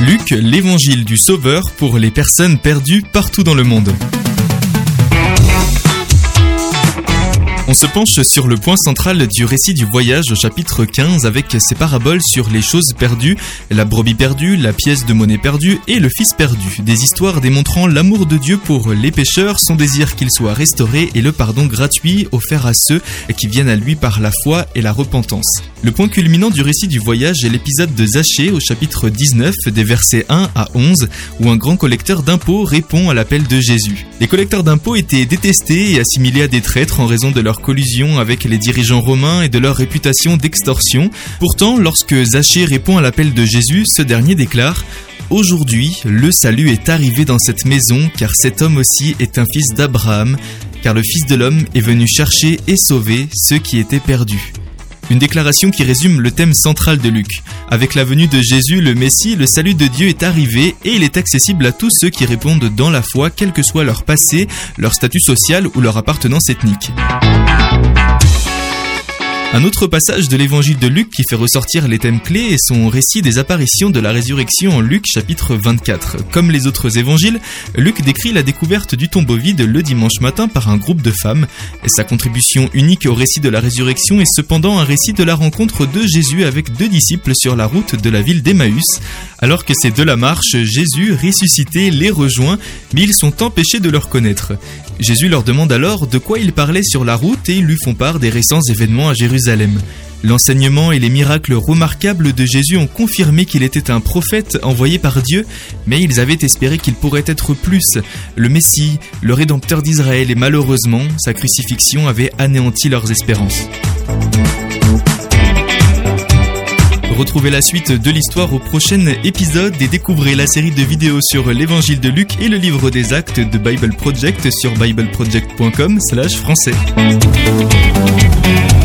Luc, l'évangile du Sauveur pour les personnes perdues partout dans le monde. On se penche sur le point central du récit du voyage au chapitre 15 avec ses paraboles sur les choses perdues, la brebis perdue, la pièce de monnaie perdue et le fils perdu. Des histoires démontrant l'amour de Dieu pour les pécheurs, son désir qu'ils soient restaurés et le pardon gratuit offert à ceux qui viennent à lui par la foi et la repentance. Le point culminant du récit du voyage est l'épisode de Zachée au chapitre 19 des versets 1 à 11 où un grand collecteur d'impôts répond à l'appel de Jésus. Les collecteurs d'impôts étaient détestés et assimilés à des traîtres en raison de leur collusion avec les dirigeants romains et de leur réputation d'extorsion. Pourtant, lorsque Zachée répond à l'appel de Jésus, ce dernier déclare « Aujourd'hui, le salut est arrivé dans cette maison, car cet homme aussi est un fils d'Abraham, car le Fils de l'homme est venu chercher et sauver ceux qui étaient perdus. » Une déclaration qui résume le thème central de Luc. Avec la venue de Jésus, le Messie, le salut de Dieu est arrivé et il est accessible à tous ceux qui répondent dans la foi, quel que soit leur passé, leur statut social ou leur appartenance ethnique. Un autre passage de l'évangile de Luc qui fait ressortir les thèmes clés est son récit des apparitions de la résurrection en Luc chapitre 24. Comme les autres évangiles, Luc décrit la découverte du tombeau vide le dimanche matin par un groupe de femmes. Sa contribution unique au récit de la résurrection est cependant un récit de la rencontre de Jésus avec deux disciples sur la route de la ville d'Emmaüs. Alors que c'est de la marche, Jésus, ressuscité, les rejoint, mais ils sont empêchés de le reconnaître. Jésus leur demande alors de quoi ils parlaient sur la route et ils lui font part des récents événements à Jérusalem. L'enseignement et les miracles remarquables de Jésus ont confirmé qu'il était un prophète envoyé par Dieu, mais ils avaient espéré qu'il pourrait être plus, le Messie, le Rédempteur d'Israël, et malheureusement, sa crucifixion avait anéanti leurs espérances. Retrouvez la suite de l'histoire au prochain épisode et découvrez la série de vidéos sur l'évangile de Luc et le livre des actes de Bible Project sur bibleproject.com/français.